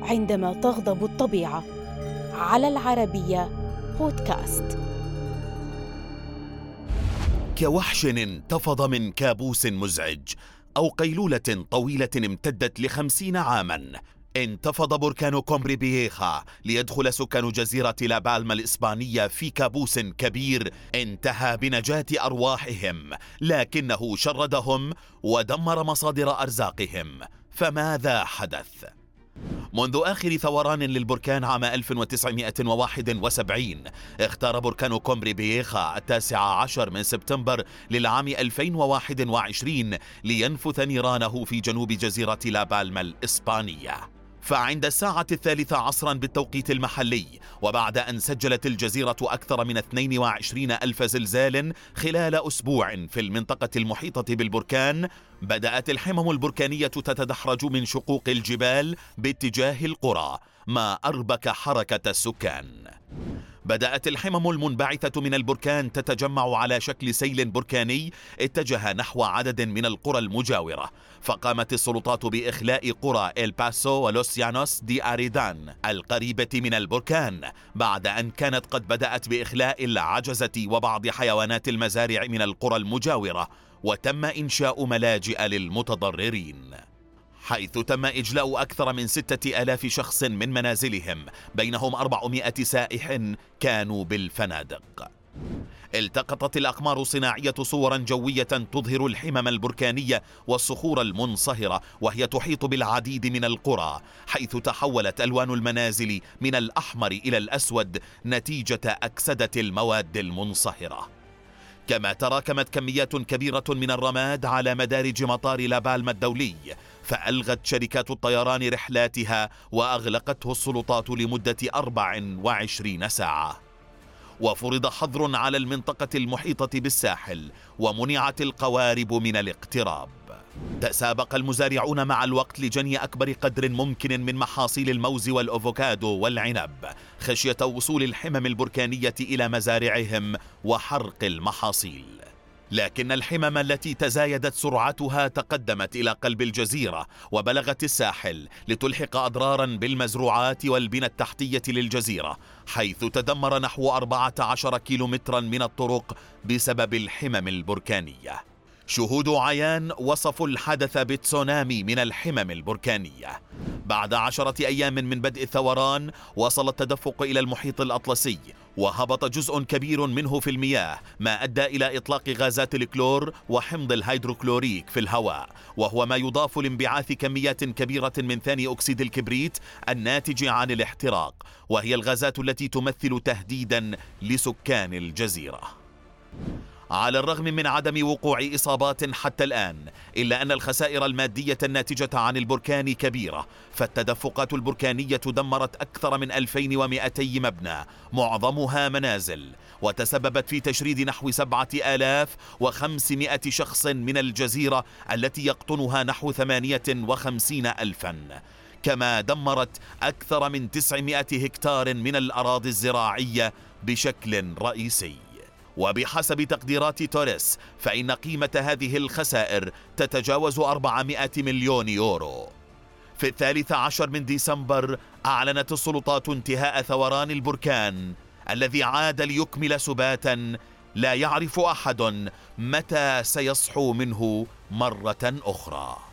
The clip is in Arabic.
عندما تغضب الطبيعة، على العربية بودكاست. كوحش انتفض من كابوس مزعج أو قيلولة طويلة امتدت ل50 عاماً، انتفض بركان كومبريبييخا ليدخل سكان جزيرة لابالما الإسبانية في كابوس كبير انتهى بنجاة أرواحهم، لكنه شردهم ودمر مصادر أرزاقهم. فماذا حدث؟ منذ آخر ثوران للبركان عام 1971 اختار بركان كومبريبييخا 19 من سبتمبر للعام 2021 لينفث نيرانه في جنوب جزيرة لابالما الإسبانية. فعند الساعة 3 عصرا بالتوقيت المحلي، وبعد أن سجلت الجزيرة أكثر من 22 ألف زلزال خلال أسبوع في المنطقة المحيطة بالبركان، بدأت الحمم البركانية تتدحرج من شقوق الجبال باتجاه القرى، ما أربك حركة السكان. بدأت الحمم المنبعثة من البركان تتجمع على شكل سيل بركاني اتجه نحو عدد من القرى المجاورة، فقامت السلطات بإخلاء قرى الباسو ولوسيانوس دي أريدان القريبة من البركان، بعد أن كانت قد بدأت بإخلاء العجزة وبعض حيوانات المزارع من القرى المجاورة، وتم إنشاء ملاجئ للمتضررين، حيث تم إجلاء أكثر من 6,000 شخص من منازلهم، بينهم 400 سائح كانوا بالفنادق. التقطت الأقمار الصناعية صورا جوية تظهر الحمم البركانية والصخور المنصهرة وهي تحيط بالعديد من القرى، حيث تحولت ألوان المنازل من الأحمر إلى الأسود نتيجة أكسدة المواد المنصهرة. كما تراكمت كميات كبيرة من الرماد على مدارج مطار لابالما الدولي، فألغت شركات الطيران رحلاتها وأغلقته السلطات لمدة 24 ساعة. وفرض حظر على المنطقة المحيطة بالساحل، ومنعت القوارب من الاقتراب. تسابق المزارعون مع الوقت لجني أكبر قدر ممكن من محاصيل الموز والأفوكادو والعنب، خشية وصول الحمم البركانية إلى مزارعهم وحرق المحاصيل. لكن الحمم التي تزايدت سرعتها تقدمت إلى قلب الجزيرة وبلغت الساحل لتلحق أضرارا بالمزروعات والبنى التحتية للجزيرة، حيث تدمر نحو 14 كيلومترا من الطرق بسبب الحمم البركانية. شهود عيان وصفوا الحدث بتسونامي من الحمم البركانية. بعد 10 أيام من بدء الثوران وصل التدفق إلى المحيط الأطلسي، وهبط جزء كبير منه في المياه، ما أدى إلى إطلاق غازات الكلور وحمض الهيدروكلوريك في الهواء، وهو ما يضاف لانبعاث كميات كبيرة من ثاني أكسيد الكبريت الناتج عن الاحتراق، وهي الغازات التي تمثل تهديدا لسكان الجزيرة. على الرغم من عدم وقوع إصابات حتى الآن، إلا أن الخسائر المادية الناتجة عن البركان كبيرة، فالتدفقات البركانية دمرت أكثر من 2200 مبنى، معظمها منازل، وتسببت في تشريد نحو 7500 شخص من الجزيرة التي يقطنها نحو 58 ألفا. كما دمرت أكثر من 900 هكتار من الأراضي الزراعية بشكل رئيسي. وبحسب تقديرات توريس، فإن قيمة هذه الخسائر تتجاوز 400 مليون يورو. في 13 من ديسمبر أعلنت السلطات انتهاء ثوران البركان الذي عاد ليكمل سباتا لا يعرف أحد متى سيصحو منه مرة أخرى.